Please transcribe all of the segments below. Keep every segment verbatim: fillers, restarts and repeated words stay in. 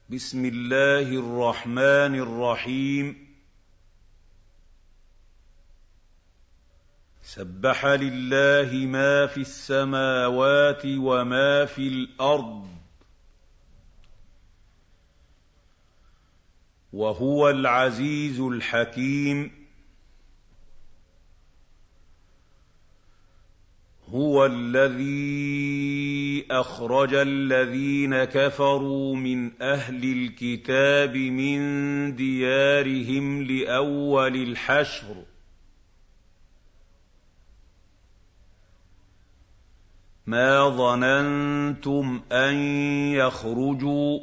بسم الله الرحمن الرحيم. سبح لله ما في السماوات وما في الأرض وهو العزيز الحكيم. هو الذي أخرج الذين كفروا من أهل الكتاب من ديارهم لأول الحشر ما ظننتم أن يخرجوا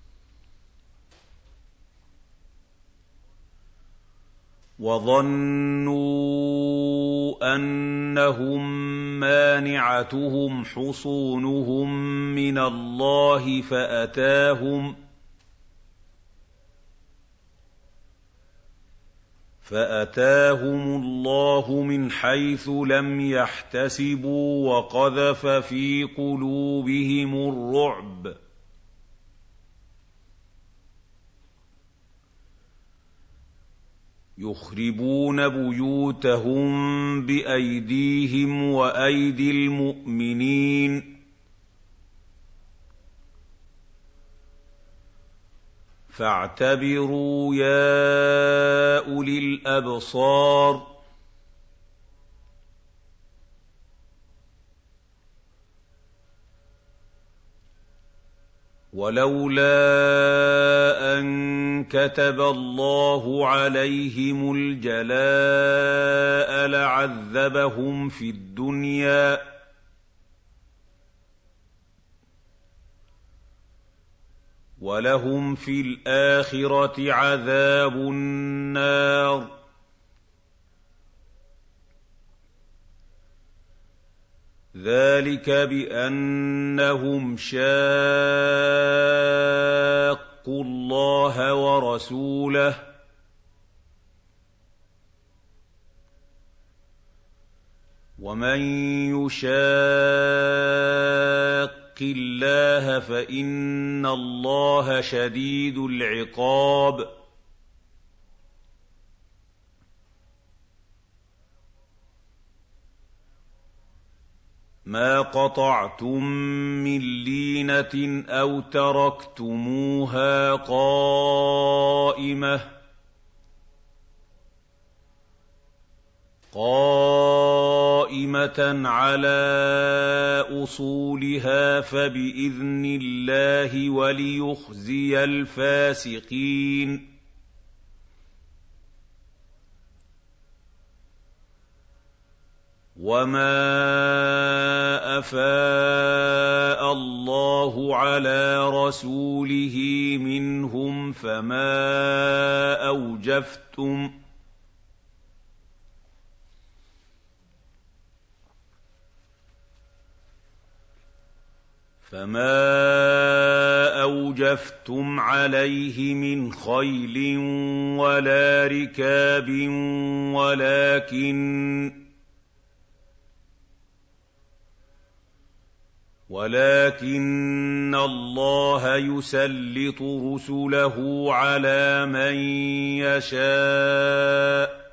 وظنوا أنهم مانعتهم حصونهم من الله فأتاهم فأتاهم الله من حيث لم يحتسبوا وقذف في قلوبهم الرعب يخربون بيوتهم بأيديهم وأيدي المؤمنين فاعتبروا يا أولي الأبصار ولولا أن كتب الله عليهم الجلاء لعذبهم في الدنيا ولهم في الآخرة عذاب النار ذلك بأنهم شاقوا الله ورسوله ومن يشاق الله فإن الله شديد العقاب ما قطعتم من لينة أو تركتموها قائمة قائمة على أصولها فبإذن الله وليخزي الفاسقين وما أفاء الله على رسوله منهم فما أوجفتم فما أوجفتم عليه من خيل ولا ركاب ولكن ولكن الله يسلط رسله على من يشاء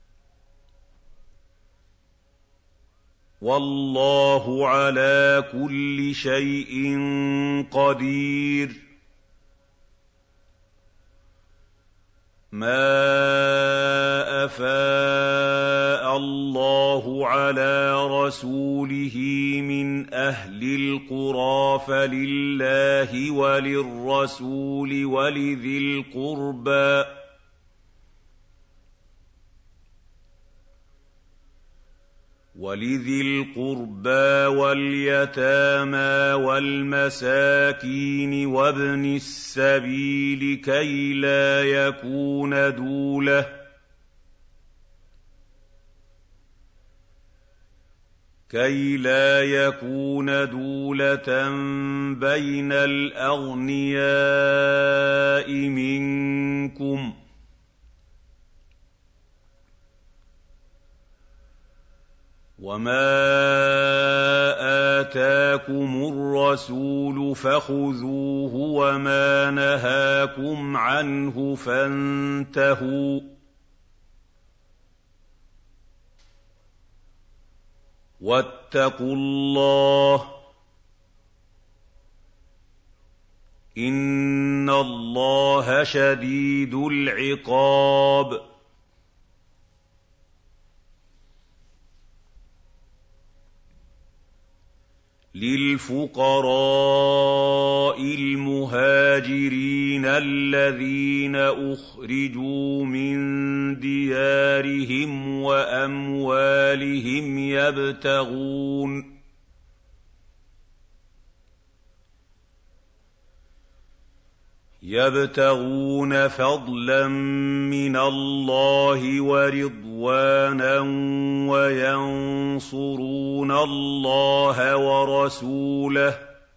والله على كل شيء قدير ما أفاء الله على رسوله من أهل القرى فلله وللرسول ولذي القربى ولذي القربى واليتامى والمساكين وابن السبيل كي لا يكون دولة كي لا يكون دولة بين الأغنياء منكم وما آتَاكُمُ الرَّسُولُ فَخُذُوهُ وَمَا نَهَاكُمْ عَنْهُ فَانتَهُوا ۚ وَاتَّقُوا اللَّهَ ۖ إِنَّ اللَّهَ شَدِيدُ الْعِقَابِ. لِلْفُقَرَاءِ الْمُهَاجِرِينَ الَّذِينَ أُخْرِجُوا مِن دِيَارِهِمْ وَأَمْوَالِهِمْ يَبْتَغُونَ يَبْتَغُونَ فَضْلًا مِّنَ اللَّهِ وَرِضْوَانًا وَيَنصُرُونَ اللَّهَ وَرَسُولَهُ ۚ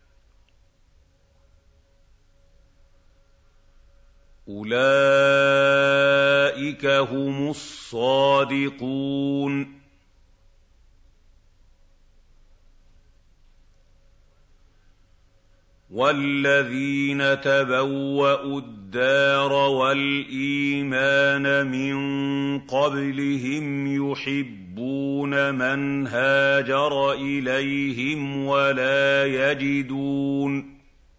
أُولَٰئِكَ هُمُ الصَّادِقُونَ. وَالَّذِينَ تَبَوَّءُوا الدَّارَ وَالْإِيمَانَ مِن قَبْلِهِمْ يُحِبُّونَ مَنْ هَاجَرَ إِلَيْهِمْ وَلَا يَجِدُونَ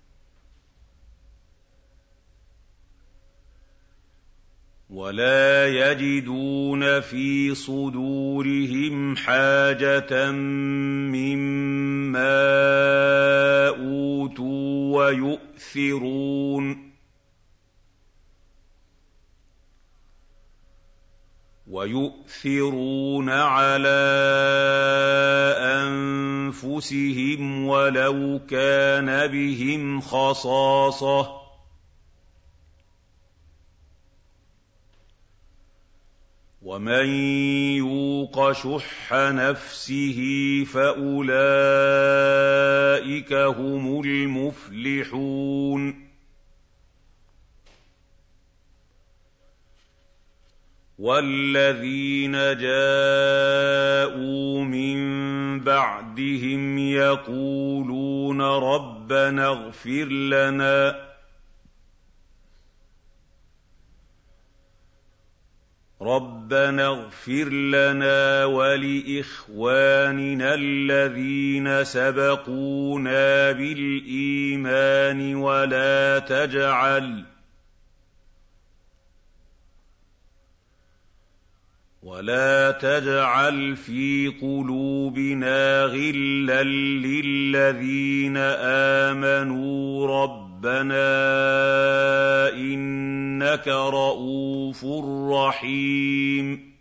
وَلَا يَجِدُونَ فِي صُدُورِهِمْ حَاجَةً مِّمَّا أُوتُوا وَيُؤْثِرُونَ وَيُؤْثِرُونَ عَلَىٰ أَنفُسِهِمْ وَلَوْ كَانَ بِهِمْ خَصَاصَةٌ ۚ وَمَن يُوقَ شُحَّ نَفْسِهِ فَأُولَٰئِكَ هُمُ الْمُفْلِحُونَ. وَالَّذِينَ جَاءُوا مِن بَعْدِهِمْ يَقُولُونَ رَبَّنَا اغْفِرْ لَنَا رَبَّنَا اغْفِرْ لَنَا وَلِإِخْوَانِنَا الَّذِينَ سَبَقُونَا بِالْإِيمَانِ وَلَا تَجْعَلْ وَلَا تَجْعَلْ فِي قُلُوبِنَا غِلًّا لِّلَّذِينَ آمَنُوا رَبَّنَا إِنَّكَ رَءُوفٌ رَّحِيمٌ.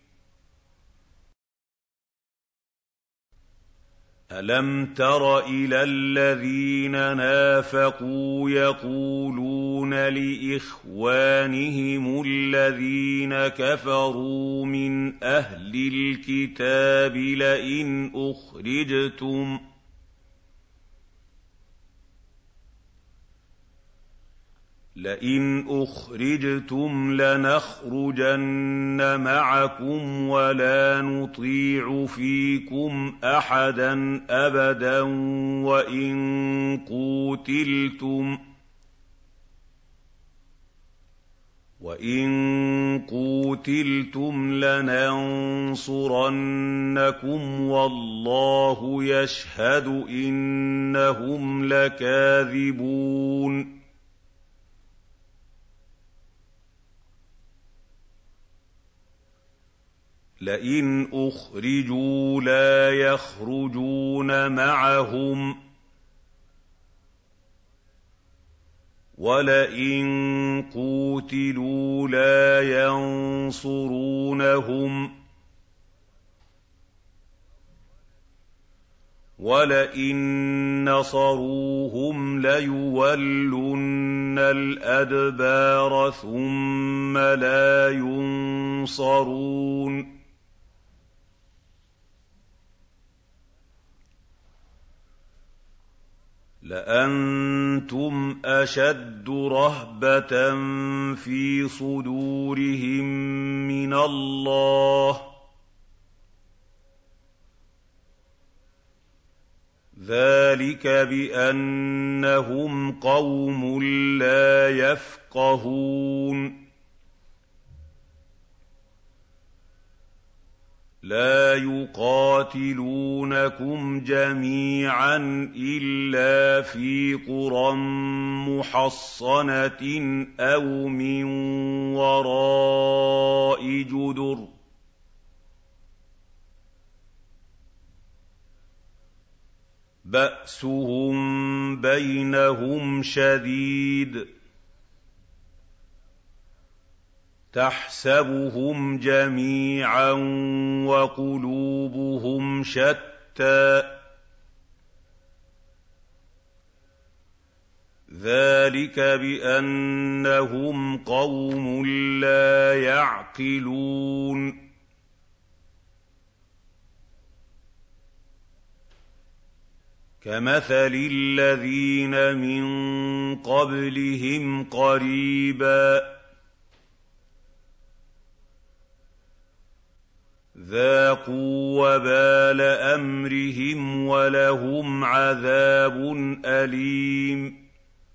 أَلَمْ تَرَ إِلَى الَّذِينَ نَافَقُوا يَقُولُونَ لِإِخْوَانِهِمُ الَّذِينَ كَفَرُوا مِنْ أَهْلِ الْكِتَابِ لَئِنْ أُخْرِجْتُمْ لئن أخرجتم لنخرجن معكم ولا نطيع فيكم أحدا أبدا وإن قوتلتم وإن قوتلتم لننصرنكم والله يشهد إنهم لكاذبون. لئن أخرجوا لا يخرجون معهم ولئن قوتلوا لا ينصرونهم وَلَئِن نَّصَرُوهُمْ لَيُوَلُّنَّ الْأَدْبَارَ ثُمَّ لَا يُنصَرُونَ لَأَنتُمْ أَشَدُّ رَهْبَةً فِي صُدُورِهِم مِّنَ اللَّهِ ۚ ذَٰلِكَ بِأَنَّهُمْ قَوْمٌ لَّا يَفْقَهُونَ لَا يُقَاتِلُونَكُمْ جَمِيعًا إِلَّا فِي قُرًى مُّحَصَّنَةٍ أَوْ مِن وَرَاءِ جُدُرٍ ۚ بَأْسُهُم بَيْنَهُمْ شَدِيدٌ ۚ تَحْسَبُهُمْ جَمِيعًا وَقُلُوبُهُمْ شَتَّىٰ ۚ ذَٰلِكَ بِأَنَّهُمْ قَوْمٌ لَّا يَعْقِلُونَ كَمَثَلِ الَّذِينَ مِن قَبْلِهِمْ قَرِيبًا ۖ ذَاقُوا وَبَالَ أَمْرِهِمْ وَلَهُمْ عَذَابٌ أَلِيمٌ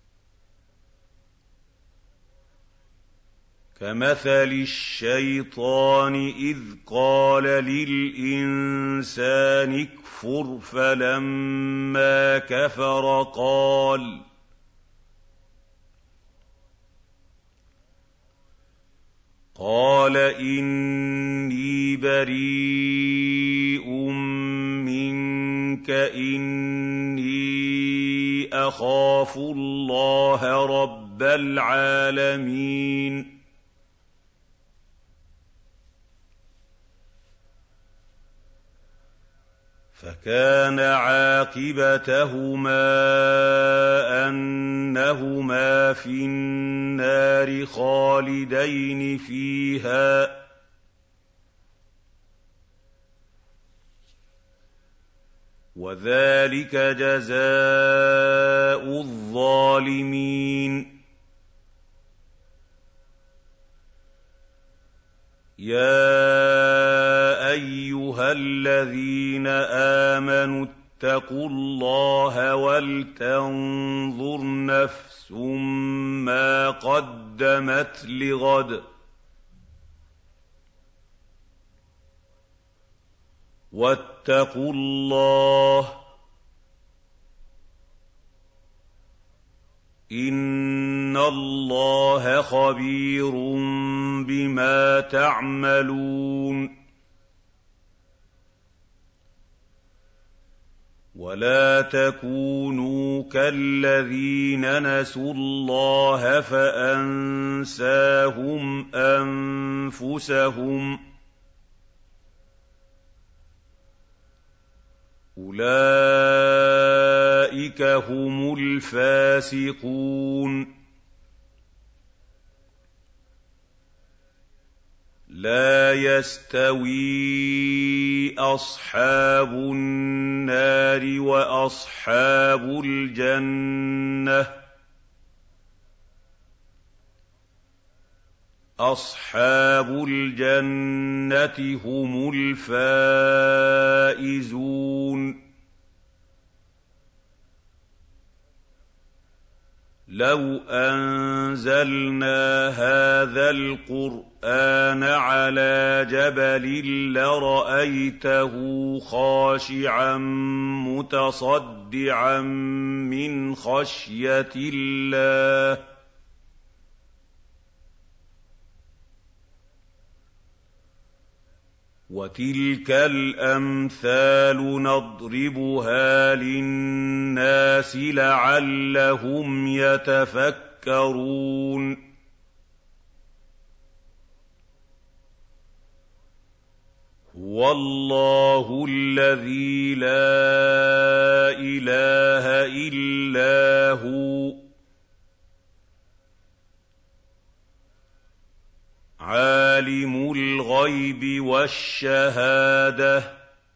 كَمَثَلِ الشَّيْطَانِ إِذْ قَالَ لِلْإِنسَانِ اكْفُرْ فَلَمَّا كَفَرَ قَالَ قَالَ إِنِّي بَرِيءٌ مِّنكَ إِنِّي أَخَافُ اللَّهَ رَبَّ الْعَالَمِينَ فَكَانَ عَاقِبَتَهُمَا أَنَّهُمَا فِي النَّارِ خَالِدَيْنِ فِيهَا ۚ وَذَٰلِكَ جَزَاءُ الظَّالِمِينَ يَا أَيُّهَا الَّذِينَ آمَنُوا اتَّقُوا اللَّهَ وَلْتَنظُرْ نَفْسٌ مَّا قَدَّمَتْ لِغَدٍ ۖ وَاتَّقُوا اللَّهَ ۚ إِنَّ اللَّهَ خَبِيرٌ بِمَا تَعْمَلُونَ وَلَا تَكُونُوا كَالَّذِينَ نَسُوا اللَّهَ فَأَنسَاهُمْ أَنفُسَهُمْ ۚ أُولَٰئِكَ هُمُ الْفَاسِقُونَ لَا يَسْتَوِي أَصْحَابُ النَّارِ وَأَصْحَابُ الْجَنَّةِ ۚ أَصْحَابُ الْجَنَّةِ هُمُ الْفَائِزُونَ لَوْ أَنزَلْنَا هَٰذَا الْقُرْآنَ عَلَىٰ جَبَلٍ لَّرَأَيْتَهُ خَاشِعًا مُّتَصَدِّعًا مِّنْ خَشْيَةِ اللَّهِ ۚ وَتِلْكَ الْأَمْثَالُ نَضْرِبُهَا لِلنَّاسِ لَعَلَّهُمْ يَتَفَكَّرُونَ هُوَ اللَّهُ الَّذِي لَا إِلَٰهَ إِلَّا هُوَ عَالِمُ الْغَيْبِ وَالشَّهَادَةِ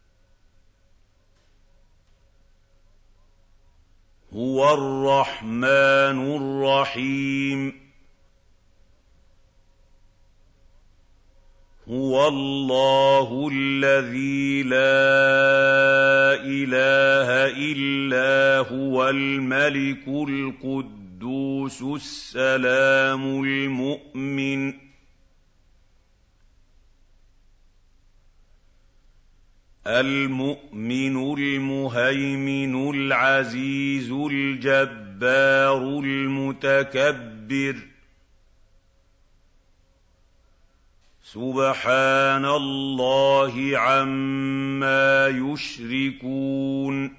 هُوَ الرَّحْمَٰنُ الرَّحِيمُ هُوَ اللَّهُ الَّذِي لَا إِلَٰهَ إِلَّا هُوَ الْمَلِكُ الْقُدُّوسُ السَّلَامُ الْمُؤْمِنُ الْمُؤْمِنُ الْمُهَيْمِنُ الْعَزِيزُ الْجَبَّارُ الْمُتَكَبِّرُ سُبْحَانَ اللَّهِ عَمَّا يُشْرِكُونَ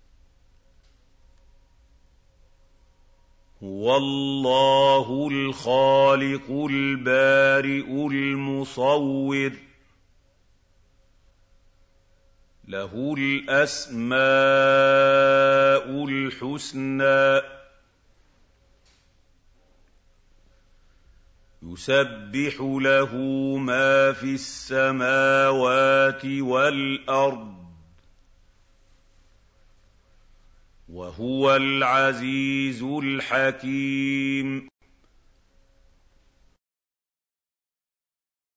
هُوَ اللَّهُ الْخَالِقُ الْبَارِئُ الْمُصَوِّرُ لَهُ الْأَسْمَاءُ الْحُسْنَىٰ يُسَبِّحُ لَهُ مَا فِي السَّمَاوَاتِ وَالْأَرْضِ ۖ وَهُوَ الْعَزِيزُ الْحَكِيمُ